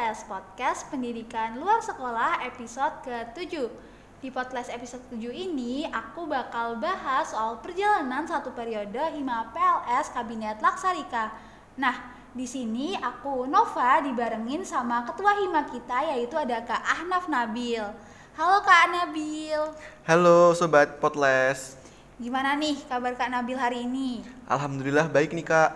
PLS Podcast Pendidikan Luar Sekolah episode ke-7. Di podcast episode 7 ini aku bakal bahas soal perjalanan satu periode Hima PLS Kabinet Laksarika. Nah, di sini aku Nova dibarengin sama ketua Hima kita, yaitu ada Kak Ahnaf Nabil. Halo Kak Nabil. Halo Sobat Potles. Gimana nih kabar Kak Nabil hari ini? Alhamdulillah baik nih Kak.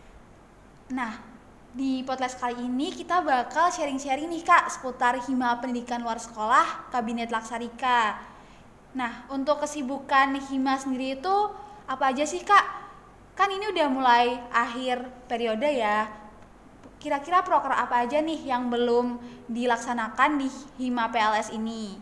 Nah, di podcast kali ini kita bakal sharing-sharing nih Kak seputar Hima Pendidikan Luar Sekolah Kabinet Laksarika. Nah, untuk kesibukan Hima sendiri itu apa aja sih Kak? Kan ini udah mulai akhir periode ya. Kira-kira proker apa aja nih yang belum dilaksanakan di Hima PLS ini?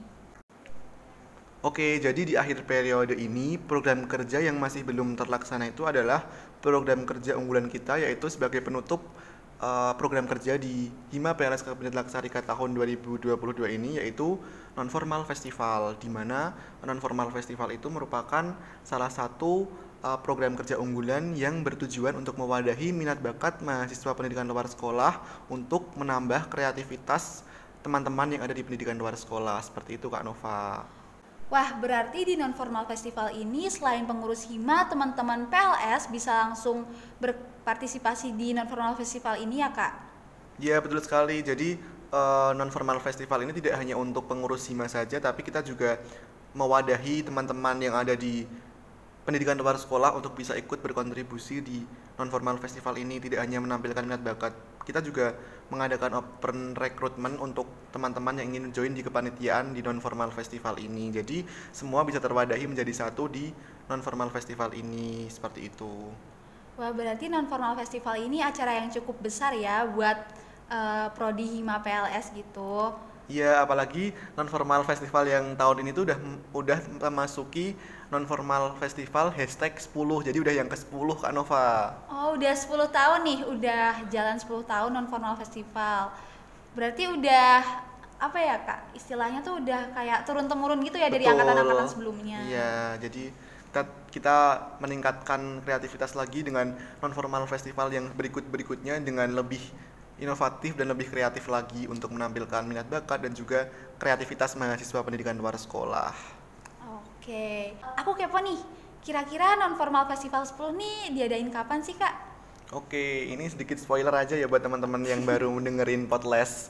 Oke, jadi di akhir periode ini program kerja yang masih belum terlaksana itu adalah program kerja unggulan kita, yaitu sebagai penutup program kerja di Hima PLS Kabinet Laksarika tahun 2022 ini, yaitu Non-Formal Festival, di mana Non-Formal Festival itu merupakan salah satu program kerja unggulan yang bertujuan untuk mewadahi minat bakat mahasiswa pendidikan luar sekolah untuk menambah kreativitas teman-teman yang ada di pendidikan luar sekolah. Seperti itu Kak Nova. Wah, berarti di non-formal festival ini selain pengurus Hima, teman-teman PLS bisa langsung berpartisipasi di non-formal festival ini ya Kak? Ya betul sekali, jadi non-formal festival ini tidak hanya untuk pengurus Hima saja, tapi kita juga mewadahi teman-teman yang ada di pendidikan luar sekolah untuk bisa ikut berkontribusi di non-formal festival ini. Tidak hanya menampilkan minat bakat, kita juga mengadakan open recruitment untuk teman-teman yang ingin join di kepanitiaan di non-formal festival ini. Jadi semua bisa terwadahi menjadi satu di non-formal festival ini, seperti itu. Wah, berarti non-formal festival ini acara yang cukup besar ya buat prodi Hima PLS gitu. Iya, apalagi non-formal festival yang tahun ini tuh udah memasuki non-formal festival #10. Jadi udah yang ke-10 Kak Nova. Oh, udah 10 tahun nih, udah jalan 10 tahun non-formal festival. Berarti udah apa ya Kak? Istilahnya tuh udah kayak turun-temurun gitu ya. Betul. Dari angkatan-angkatan sebelumnya. Iya, jadi kita meningkatkan kreativitas lagi dengan non-formal festival yang berikutnya dengan lebih inovatif dan lebih kreatif lagi untuk menampilkan minat bakat dan juga kreativitas mahasiswa pendidikan luar sekolah. Oke, aku kepo nih, kira-kira non-formal festival 10 nih diadain kapan sih Kak? Oke, ini sedikit spoiler aja ya buat teman-teman yang baru dengerin podcast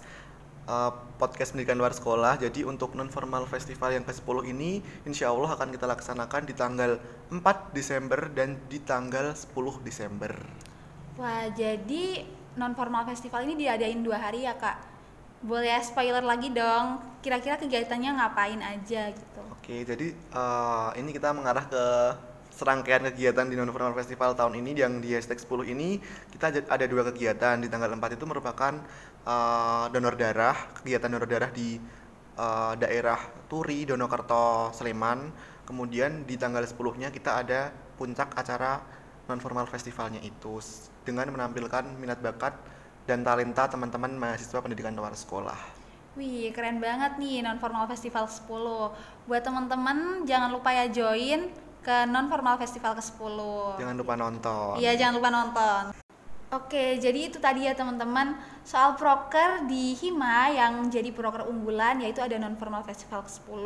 pendidikan luar sekolah. Jadi untuk non-formal festival yang ke-10 ini insya Allah akan kita laksanakan di tanggal 4 Desember dan di tanggal 10 Desember. Wah, jadi non-formal festival ini diadain 2 hari ya Kak? Boleh spoiler lagi dong, kira-kira kegiatannya ngapain aja gitu? Oke, jadi ini kita mengarah ke serangkaian kegiatan di non-formal festival tahun ini. Yang di #10 ini kita ada 2 kegiatan. Di tanggal 4 itu merupakan donor darah, kegiatan donor darah di daerah Turi, Donokerto, Sleman. Kemudian di tanggal 10-nya kita ada puncak acara non-formal festivalnya itu dengan menampilkan minat bakat dan talenta teman-teman mahasiswa pendidikan luar sekolah. Wih, keren banget nih non-formal festival 10. Buat teman-teman jangan lupa ya join ke non-formal festival ke-10. Jangan lupa nonton. Iya, jangan lupa nonton. Oke, jadi itu tadi ya teman-teman soal proker di Hima yang jadi proker unggulan, yaitu ada non-formal festival ke-10.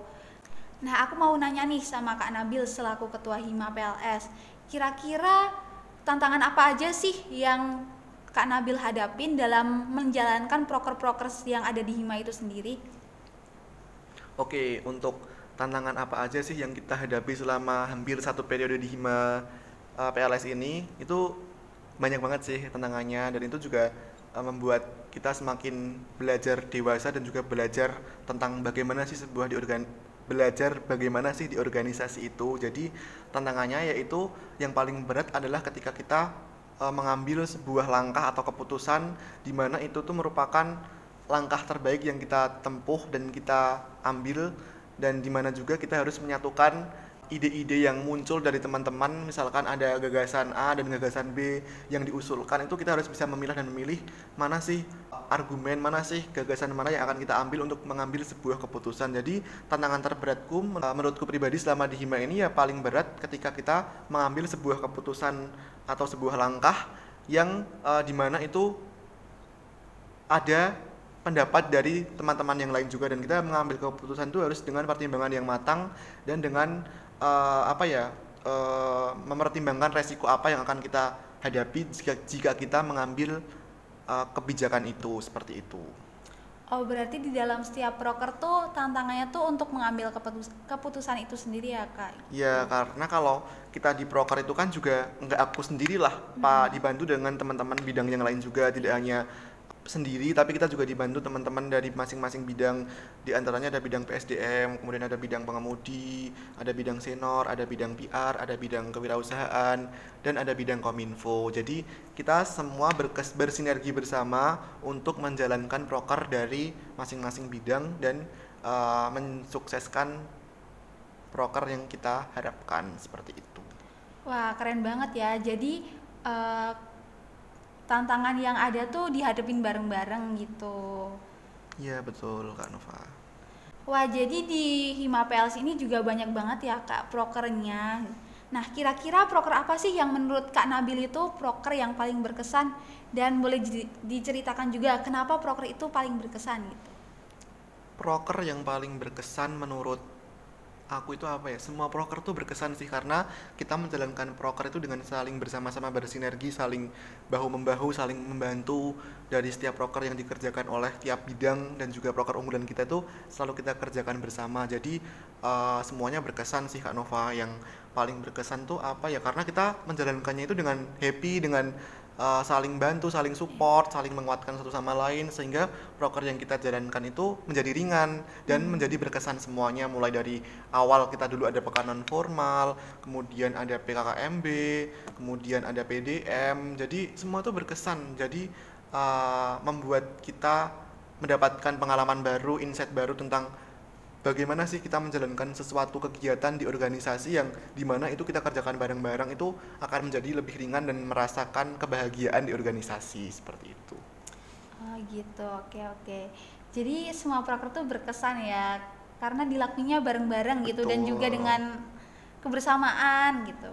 Nah, aku mau nanya nih sama Kak Nabil selaku ketua Hima PLS. Kira-kira tantangan apa aja sih yang Kak Nabil hadapin dalam menjalankan proker-proker yang ada di Hima itu sendiri? Oke, untuk tantangan apa aja sih yang kita hadapi selama hampir 1 periode di Hima PLS ini, itu banyak banget sih tantangannya, dan itu juga membuat kita semakin belajar dewasa dan juga belajar tentang bagaimana sih belajar bagaimana sih di organisasi itu. Jadi tantangannya yaitu yang paling berat adalah ketika kita mengambil sebuah langkah atau keputusan di mana itu tuh merupakan langkah terbaik yang kita tempuh dan kita ambil, dan di mana juga kita harus menyatukan ide-ide yang muncul dari teman-teman. Misalkan ada gagasan A dan gagasan B yang diusulkan, itu kita harus bisa memilah dan memilih mana sih argumen, mana sih gagasan mana yang akan kita ambil untuk mengambil sebuah keputusan. Jadi tantangan terberatku menurutku pribadi selama di Hima ini ya paling berat ketika kita mengambil sebuah keputusan atau sebuah langkah yang dimana itu ada pendapat dari teman-teman yang lain juga, dan kita mengambil keputusan itu harus dengan pertimbangan yang matang dan dengan mempertimbangkan resiko apa yang akan kita hadapi jika kita mengambil kebijakan itu, seperti itu. Oh, berarti di dalam setiap proker tuh tantangannya tuh untuk mengambil keputusan itu sendiri ya, Kak? Ya, karena kalau kita di proker itu kan juga nggak aku sendirilah, Pak, dibantu dengan teman-teman bidang yang lain juga, tidak hanya sendiri, tapi kita juga dibantu teman-teman dari masing-masing bidang. Di antaranya ada bidang PSDM, kemudian ada bidang pengemudi, ada bidang senior, ada bidang PR, ada bidang kewirausahaan, dan ada bidang kominfo. Jadi kita semua bersinergi bersama untuk menjalankan proker dari masing-masing bidang dan mensukseskan proker yang kita harapkan, seperti itu. Wah, keren banget ya. Jadi eh, tantangan yang ada tuh dihadapin bareng-bareng gitu. Iya betul Kak Nova. Wah, jadi di Hima PLS ini juga banyak banget ya Kak prokernya. Nah, kira-kira proker apa sih yang menurut Kak Nabil itu proker yang paling berkesan, dan boleh diceritakan juga kenapa proker itu paling berkesan gitu? Proker yang paling berkesan menurut aku itu apa ya? Semua proker tuh berkesan sih, karena kita menjalankan proker itu dengan saling bersama-sama bersinergi, saling bahu-membahu, saling membantu dari setiap proker yang dikerjakan oleh tiap bidang, dan juga proker unggulan kita itu selalu kita kerjakan bersama. Jadi semuanya berkesan sih Kak Nova. Yang paling berkesan tuh apa ya? Karena kita menjalankannya itu dengan happy, dengan saling bantu, saling support, saling menguatkan satu sama lain, sehingga proker yang kita jalankan itu menjadi ringan dan menjadi berkesan semuanya. Mulai dari awal kita dulu ada pekanan formal, kemudian ada PKKMB, kemudian ada PDM, jadi semua itu berkesan. Jadi membuat kita mendapatkan pengalaman baru, insight baru tentang bagaimana sih kita menjalankan sesuatu kegiatan di organisasi yang dimana itu kita kerjakan bareng-bareng, itu akan menjadi lebih ringan dan merasakan kebahagiaan di organisasi, seperti itu. Oh gitu, oke oke. Jadi semua proker tuh berkesan ya, karena dilakuinya bareng-bareng gitu dan juga Betul. dengan kebersamaan gitu.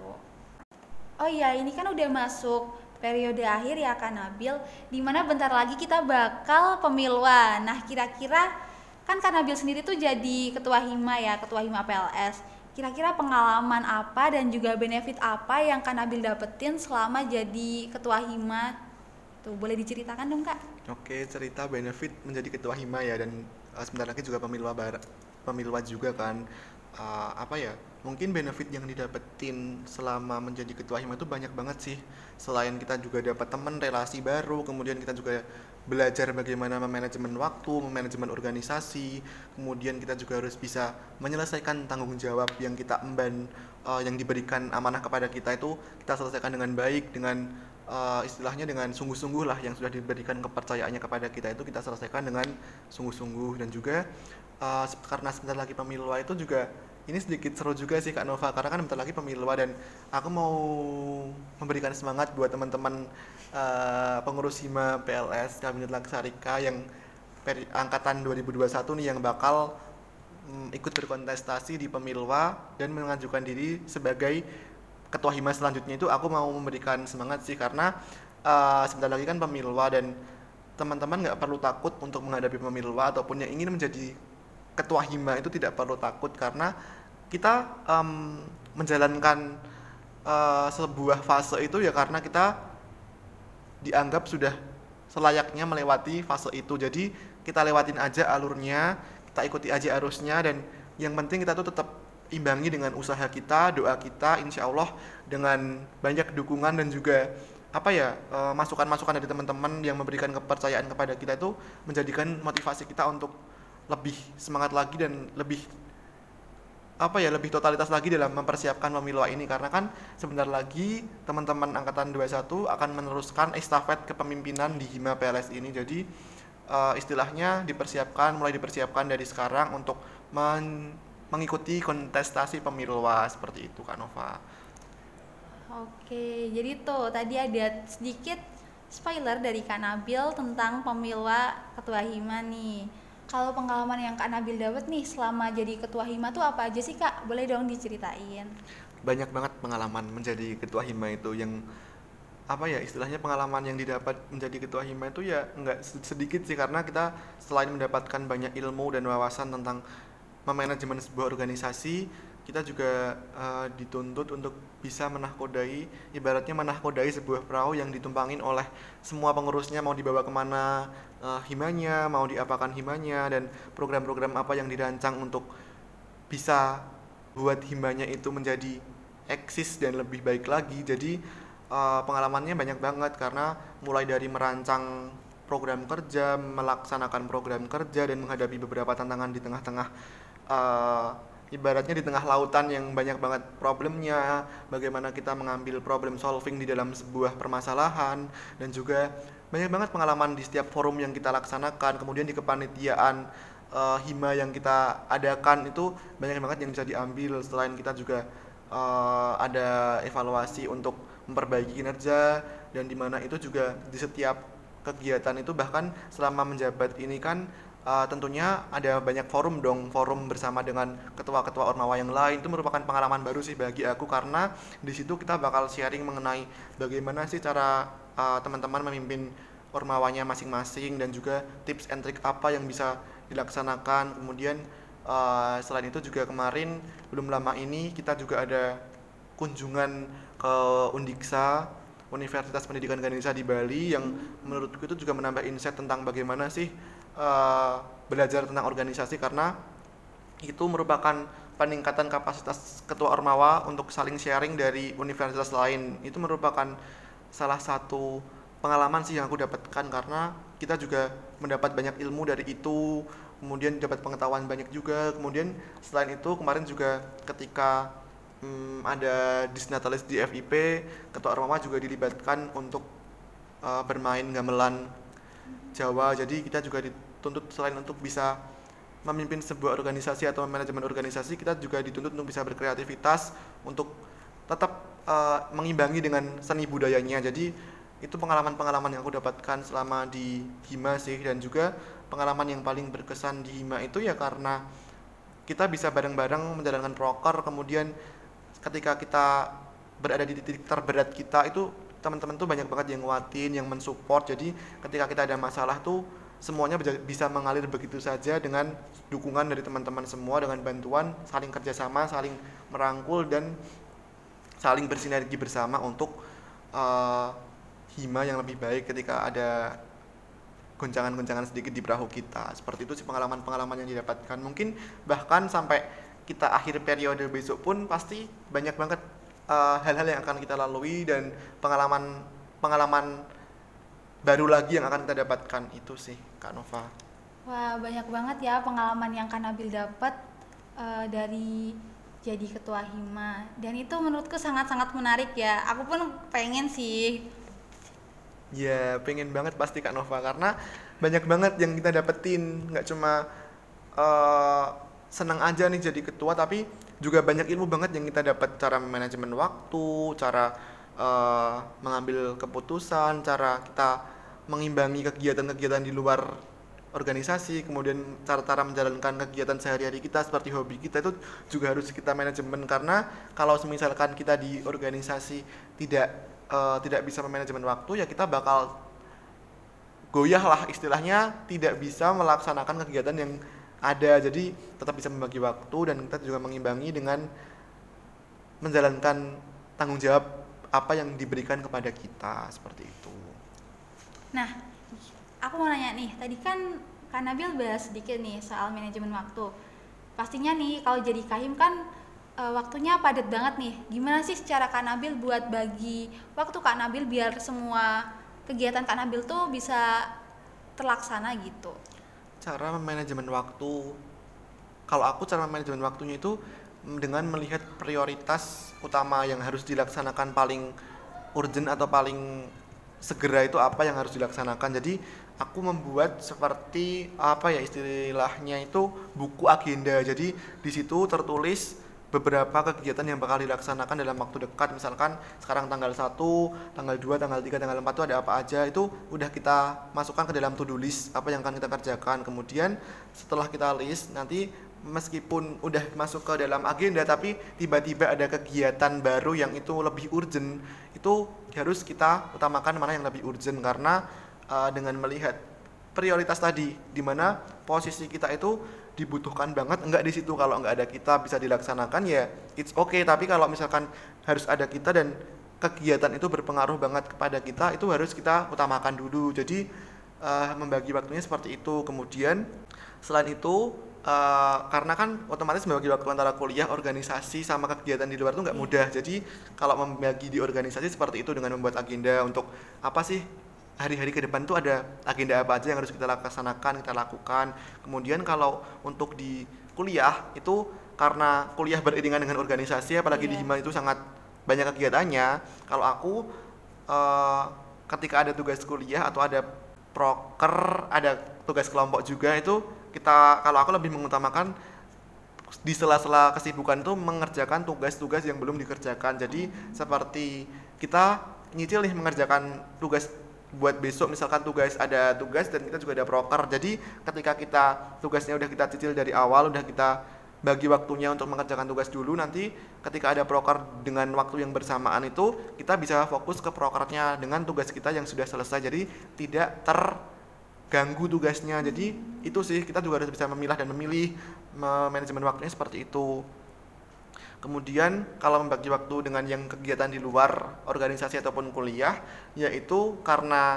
Oh iya, ini kan udah masuk periode akhir ya Kak Nabil, dimana bentar lagi kita bakal pemiluan. Nah, kira-kira kan Kak Nabil sendiri tuh jadi ketua Hima ya, ketua Hima PLS. Kira-kira pengalaman apa dan juga benefit apa yang Kak Nabil dapetin selama jadi ketua Hima? Tuh, boleh diceritakan dong Kak? Oke, cerita benefit menjadi ketua Hima ya, dan sebentar lagi juga pemilwa juga kan. Apa ya? Mungkin benefit yang didapetin selama menjadi ketua Hima itu banyak banget sih. Selain kita juga dapat teman, relasi baru, kemudian kita juga belajar bagaimana memanajemen waktu, memanajemen organisasi, kemudian kita juga harus bisa menyelesaikan tanggung jawab yang kita emban, yang diberikan amanah kepada kita itu kita selesaikan dengan baik, dengan istilahnya dengan sungguh-sungguh lah. Yang sudah diberikan kepercayaannya kepada kita itu kita selesaikan dengan sungguh-sungguh. Dan juga karena sebentar lagi pemilu itu juga ini sedikit seru juga sih Kak Nova, karena kan bentar lagi pemilu dan aku mau memberikan semangat buat teman-teman pengurus Hima PLS Kabinet Laksarika yang angkatan 2021 nih, yang bakal ikut berkontestasi di Pemilwa dan mengajukan diri sebagai ketua Hima selanjutnya. Itu aku mau memberikan semangat sih, karena sebentar lagi kan Pemilwa, dan teman-teman nggak perlu takut untuk menghadapi Pemilwa, ataupun yang ingin menjadi ketua Hima itu tidak perlu takut, karena kita menjalankan sebuah fase itu ya karena kita dianggap sudah selayaknya melewati fase itu. Jadi kita lewatin aja alurnya, kita ikuti aja arusnya, dan yang penting kita tuh tetap imbangi dengan usaha kita, doa kita, insya Allah dengan banyak dukungan dan juga masukan-masukan dari teman-teman yang memberikan kepercayaan kepada kita, itu menjadikan motivasi kita untuk lebih semangat lagi dan lebih totalitas lagi dalam mempersiapkan pemilu ini. Karena kan sebentar lagi teman-teman angkatan 21 akan meneruskan estafet kepemimpinan di Hima PLS ini. Jadi istilahnya mulai dipersiapkan dari sekarang untuk mengikuti kontestasi pemilu seperti itu Kak Nova. Oke, jadi tuh tadi ada sedikit spoiler dari Kak Nabil tentang pemilwa ketua Hima nih. Kalau pengalaman yang Kak Nabil dapat nih selama jadi ketua Hima tuh apa aja sih Kak? Boleh dong diceritain. Banyak banget pengalaman menjadi ketua Hima itu. Yang apa ya istilahnya, pengalaman yang didapat menjadi ketua hima itu ya nggak sedikit sih, karena kita selain mendapatkan banyak ilmu dan wawasan tentang memanajemen sebuah organisasi, kita juga dituntut untuk bisa menahkodai, ibaratnya menahkodai sebuah perahu yang ditumpangin oleh semua pengurusnya, mau dibawa kemana himanya, mau diapakan himanya, dan program-program apa yang dirancang untuk bisa buat himanya itu menjadi eksis dan lebih baik lagi. Jadi pengalamannya banyak banget, karena mulai dari merancang program kerja, melaksanakan program kerja, dan menghadapi beberapa tantangan di tengah-tengah ibaratnya di tengah lautan yang banyak banget problemnya, bagaimana kita mengambil problem solving di dalam sebuah permasalahan, dan juga banyak banget pengalaman di setiap forum yang kita laksanakan. Kemudian di kepanitiaan hima yang kita adakan itu banyak banget yang bisa diambil. Selain kita juga ada evaluasi untuk memperbaiki kinerja, dan dimana itu juga di setiap kegiatan itu, bahkan selama menjabat ini kan tentunya ada banyak forum dong, forum bersama dengan ketua-ketua ormawa yang lain. Itu merupakan pengalaman baru sih bagi aku, karena di situ kita bakal sharing mengenai bagaimana sih cara teman-teman memimpin ormawanya masing-masing, dan juga tips and trick apa yang bisa dilaksanakan. Kemudian selain itu juga kemarin belum lama ini kita juga ada kunjungan ke Undiksa, Universitas Pendidikan Ganesha di Bali, yang menurutku itu juga menambah insight tentang bagaimana sih belajar tentang organisasi, karena itu merupakan peningkatan kapasitas ketua ormawa untuk saling sharing dari universitas lain. Itu merupakan salah satu pengalaman sih yang aku dapatkan, karena kita juga mendapat banyak ilmu dari itu, kemudian dapat pengetahuan banyak juga. Kemudian selain itu kemarin juga ketika ada disnatalis di FIP, ketua ormawa juga dilibatkan untuk bermain gamelan Jawa. Jadi kita juga dituntut selain untuk bisa memimpin sebuah organisasi atau manajemen organisasi, kita juga dituntut untuk bisa berkreativitas untuk tetap mengimbangi dengan seni budayanya. Jadi itu pengalaman-pengalaman yang aku dapatkan selama di hima sih. Dan juga pengalaman yang paling berkesan di hima itu ya karena kita bisa bareng-bareng menjalankan proker. Kemudian ketika kita berada di titik terberat kita itu, teman-teman tuh banyak banget yang nguatin, yang mensupport. Jadi ketika kita ada masalah tuh semuanya bisa mengalir begitu saja dengan dukungan dari teman-teman semua, dengan bantuan, saling kerjasama, saling merangkul, dan saling bersinergi bersama untuk hima yang lebih baik ketika ada goncangan-goncangan sedikit di perahu kita. Seperti itu sih pengalaman-pengalaman yang didapatkan. Mungkin bahkan sampai kita akhir periode besok pun pasti banyak banget hal-hal yang akan kita lalui, dan pengalaman baru lagi yang akan kita dapatkan. Itu sih Kak Nova. Wah, banyak banget ya pengalaman yang Kak Nabil dapat dari jadi ketua hima, dan itu menurutku sangat-sangat menarik ya. Aku pun pengen sih. Ya pengen banget pasti Kak Nova, karena banyak banget yang kita dapetin. Nggak cuma senang aja nih jadi ketua, tapi juga banyak ilmu banget yang kita dapat, cara manajemen waktu, cara mengambil keputusan, cara kita mengimbangi kegiatan-kegiatan di luar organisasi, kemudian cara-cara menjalankan kegiatan sehari-hari kita seperti hobi kita itu juga harus kita manajemen. Karena kalau misalkan kita di organisasi tidak bisa memanajemen waktu, ya kita bakal goyah lah istilahnya, tidak bisa melaksanakan kegiatan yang ada. Jadi tetap bisa membagi waktu, dan kita juga mengimbangi dengan menjalankan tanggung jawab apa yang diberikan kepada kita, seperti itu. Nah, aku mau nanya nih, tadi kan Kak Nabil bahas sedikit nih soal manajemen waktu. Pastinya nih kalau jadi kahim kan waktunya padat banget nih. Gimana sih cara Kak Nabil buat bagi waktu Kak Nabil biar semua kegiatan Kak Nabil tuh bisa terlaksana gitu? Cara manajemen waktu, kalau aku cara manajemen waktunya itu dengan melihat prioritas utama yang harus dilaksanakan, paling urgent atau paling segera itu apa yang harus dilaksanakan. Jadi aku membuat seperti apa ya istilahnya itu buku agenda. Jadi di situ tertulis beberapa kegiatan yang bakal dilaksanakan dalam waktu dekat. Misalkan sekarang tanggal 1, tanggal 2, tanggal 3, tanggal 4 itu ada apa aja, itu udah kita masukkan ke dalam to-do list apa yang akan kita kerjakan. Kemudian setelah kita list, nanti meskipun udah masuk ke dalam agenda tapi tiba-tiba ada kegiatan baru yang itu lebih urgent, itu harus kita utamakan mana yang lebih urgent karena dengan melihat prioritas tadi di mana posisi kita itu dibutuhkan banget, enggak di situ kalau enggak ada kita bisa dilaksanakan ya it's okay, tapi kalau misalkan harus ada kita dan kegiatan itu berpengaruh banget kepada kita, itu harus kita utamakan dulu. Jadi membagi waktunya seperti itu. Kemudian selain itu karena kan otomatis membagi waktu antara kuliah, organisasi sama kegiatan di luar itu nggak mudah. Jadi kalau membagi di organisasi seperti itu dengan membuat agenda untuk apa sih hari-hari ke depan tuh ada agenda apa aja yang harus kita laksanakan, kita lakukan. Kemudian kalau untuk di kuliah itu karena kuliah beriringan dengan organisasi, apalagi di Hima itu sangat banyak kegiatannya. Kalau aku ketika ada tugas kuliah atau ada proker, ada tugas kelompok juga, itu kalau aku lebih mengutamakan di sela-sela kesibukan itu mengerjakan tugas-tugas yang belum dikerjakan. Jadi seperti kita nyicil nih mengerjakan tugas buat besok, misalkan ada tugas dan kita juga ada proker. Jadi ketika kita tugasnya udah kita cicil dari awal, udah kita bagi waktunya untuk mengerjakan tugas dulu, nanti ketika ada proker dengan waktu yang bersamaan itu kita bisa fokus ke prokernya dengan tugas kita yang sudah selesai, jadi tidak terganggu tugasnya. Jadi itu sih, kita juga harus bisa memilah dan memilih manajemen waktunya seperti itu. Kemudian kalau membagi waktu dengan yang kegiatan di luar organisasi ataupun kuliah, yaitu karena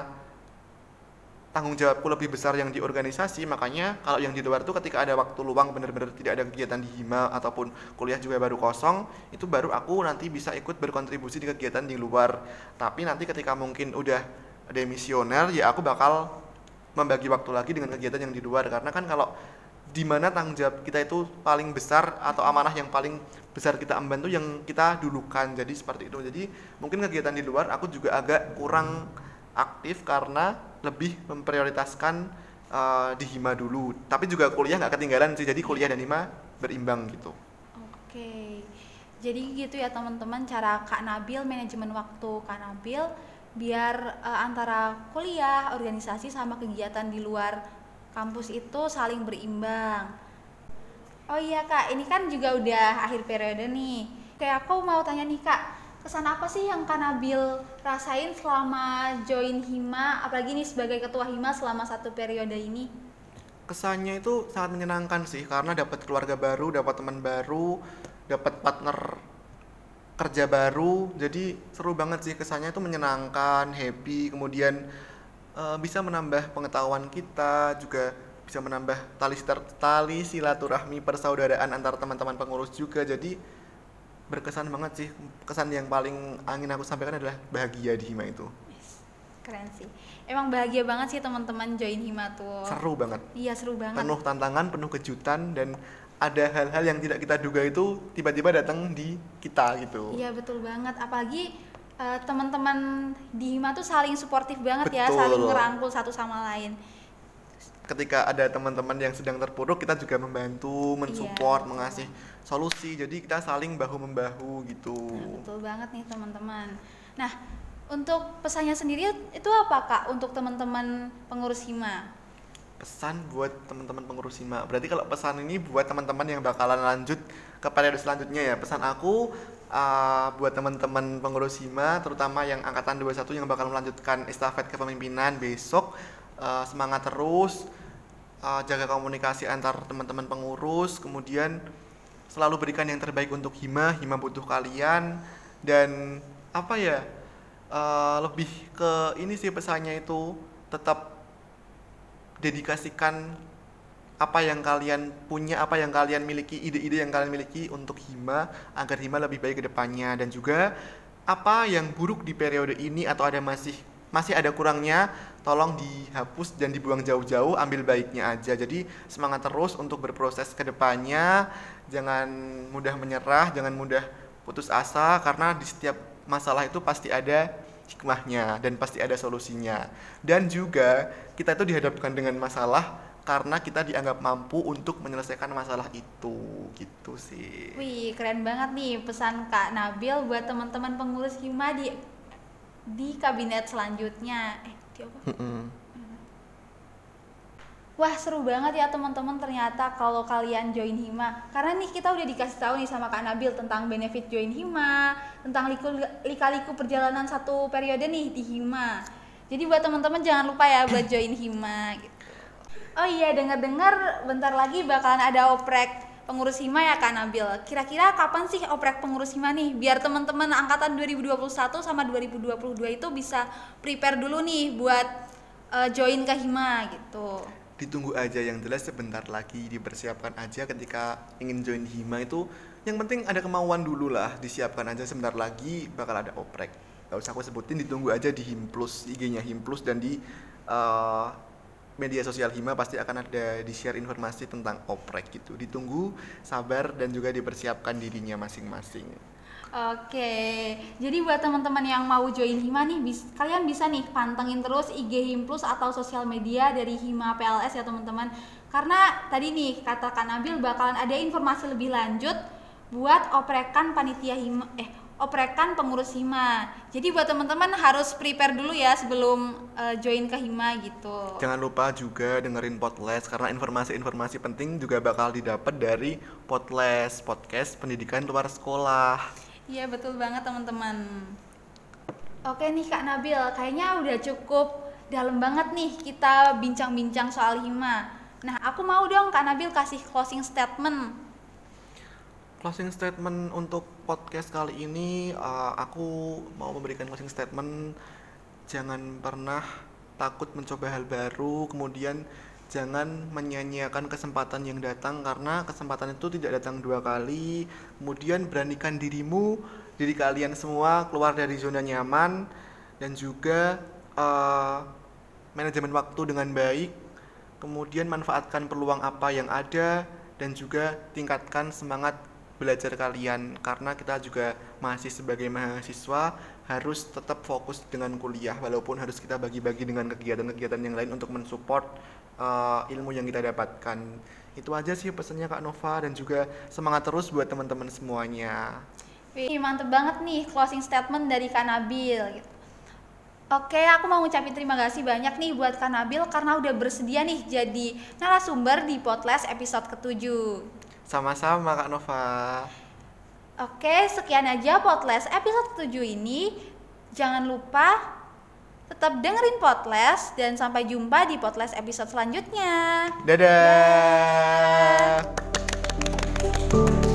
tanggung jawabku lebih besar yang di organisasi, makanya kalau yang di luar itu ketika ada waktu luang benar-benar tidak ada kegiatan di Hima ataupun kuliah juga baru kosong, itu baru aku nanti bisa ikut berkontribusi di kegiatan di luar. Tapi nanti ketika mungkin udah demisioner, ya aku bakal membagi waktu lagi dengan kegiatan yang di luar, karena kan kalau di mana tanggung jawab kita itu paling besar atau amanah yang paling besar kita emban tuh yang kita dulukan. Jadi seperti itu. Jadi mungkin kegiatan di luar aku juga agak kurang aktif karena lebih memprioritaskan di Hima dulu. Tapi juga kuliah nggak ketinggalan sih. Jadi kuliah dan Hima berimbang gitu. Oke. Jadi gitu ya teman-teman, cara Kak Nabil manajemen waktu Kak Nabil biar antara kuliah, organisasi sama kegiatan di luar kampus itu saling berimbang. Oh iya Kak, ini kan juga udah akhir periode nih. Kayak aku mau tanya nih Kak, kesan apa sih yang Kak Nabil rasain selama join Hima, apalagi nih sebagai ketua Hima selama 1 periode ini? Kesannya itu sangat menyenangkan sih, karena dapat keluarga baru, dapat teman baru, dapat partner kerja baru. Jadi seru banget sih, kesannya itu menyenangkan, happy, kemudian bisa menambah pengetahuan kita, juga bisa menambah tali silaturahmi persaudaraan antar teman-teman pengurus juga. Jadi berkesan banget sih. Kesan yang paling ingin aku sampaikan adalah bahagia di Hima itu. Yes, keren sih. Emang bahagia banget sih teman-teman join Hima tuh. Seru banget. Iya, seru banget. Penuh tantangan, penuh kejutan, dan ada hal-hal yang tidak kita duga itu tiba-tiba datang di kita gitu. Iya, betul banget. Apalagi teman-teman di Hima tuh saling suportif banget. Betul. Ya, saling ngerangkul satu sama lain. Ketika ada teman-teman yang sedang terpuruk, kita juga membantu, mensupport, mengasih solusi. Jadi kita saling bahu-membahu gitu. Nah, betul banget nih teman-teman. Nah, untuk pesannya sendiri itu apa Kak untuk teman-teman pengurus Hima? Pesan buat teman-teman pengurus Hima. Berarti kalau pesan ini buat teman-teman yang bakalan lanjut ke periode selanjutnya ya. Pesan aku buat teman-teman pengurus Hima, terutama yang angkatan 21 yang bakal melanjutkan estafet kepemimpinan besok, semangat terus, jaga komunikasi antar teman-teman pengurus, kemudian selalu berikan yang terbaik untuk Hima butuh kalian, dan lebih ke ini sih pesannya itu, tetap dedikasikan apa yang kalian punya, apa yang kalian miliki, ide-ide yang kalian miliki untuk Hima, agar Hima lebih baik ke depannya. Dan juga apa yang buruk di periode ini atau ada masih ada kurangnya, tolong dihapus dan dibuang jauh-jauh, ambil baiknya aja. Jadi semangat terus untuk berproses ke depannya, jangan mudah menyerah, jangan mudah putus asa, karena di setiap masalah itu pasti ada hikmahnya dan pasti ada solusinya. Dan juga kita itu dihadapkan dengan masalah karena kita dianggap mampu untuk menyelesaikan masalah itu, gitu sih. Wih, keren banget nih pesan Kak Nabil buat teman-teman pengurus Hima di kabinet selanjutnya. Di apa? Wah, seru banget ya teman-teman ternyata kalau kalian join Hima. Karena nih kita udah dikasih tahu nih sama Kak Nabil tentang benefit join Hima, tentang lika-liku perjalanan satu periode nih di Hima. Jadi buat teman-teman jangan lupa ya buat join Hima gitu. Oh iya, dengar-dengar bentar lagi bakalan ada oprek pengurus Hima ya Kak Nabil. Kira-kira kapan sih oprek pengurus Hima nih? Biar teman-teman angkatan 2021 sama 2022 itu bisa prepare dulu nih buat join ke Hima gitu. Ditunggu aja, yang jelas sebentar lagi, dipersiapkan aja ketika ingin join Hima itu. Yang penting ada kemauan dulu lah, disiapkan aja, sebentar lagi bakal ada oprek. Gak usah aku sebutin, ditunggu aja di Himplus, IG-nya Himplus, dan di media sosial Hima pasti akan ada di share informasi tentang oprek gitu. Ditunggu, sabar, dan juga dipersiapkan dirinya masing-masing. Oke, jadi buat teman-teman yang mau join Hima nih, kalian bisa nih pantengin terus IG Himplus atau sosial media dari Hima PLS ya teman-teman. Karena tadi nih kata Kak Nabil bakalan ada informasi lebih lanjut buat oprekan panitia Hima, oprekan pengurus Hima. Jadi buat teman-teman harus prepare dulu ya sebelum join ke Hima gitu. Jangan lupa juga dengerin Podles, karena informasi-informasi penting juga bakal didapat dari Podles, podcast pendidikan luar sekolah. Iya betul banget teman-teman. Oke nih Kak Nabil, kayaknya udah cukup dalam banget nih kita bincang-bincang soal Hima. Nah aku mau dong Kak Nabil kasih closing statement. Closing statement untuk podcast kali ini, aku mau memberikan closing statement. Jangan pernah takut mencoba hal baru, kemudian jangan menyia-nyiakan kesempatan yang datang, karena kesempatan itu tidak datang dua kali. Kemudian beranikan diri kalian semua keluar dari zona nyaman, dan juga manajemen waktu dengan baik. Kemudian manfaatkan peluang apa yang ada, dan juga tingkatkan semangat belajar kalian, karena kita juga masih sebagai mahasiswa harus tetap fokus dengan kuliah, walaupun harus kita bagi-bagi dengan kegiatan-kegiatan yang lain untuk mensupport ilmu yang kita dapatkan. Itu aja sih pesannya Kak Nova, dan juga semangat terus buat teman-teman semuanya. Wih, mantep banget nih closing statement dari Kak Nabil gitu. Oke, aku mau ngucapin terima kasih banyak nih buat Kak Nabil karena udah bersedia nih jadi narasumber di Podles episode ke-7. Sama-sama Kak Nova. Oke, sekian aja Podles episode ke-7 ini. Jangan lupa tetap dengerin Podles dan sampai jumpa di Podles episode selanjutnya. Dadah.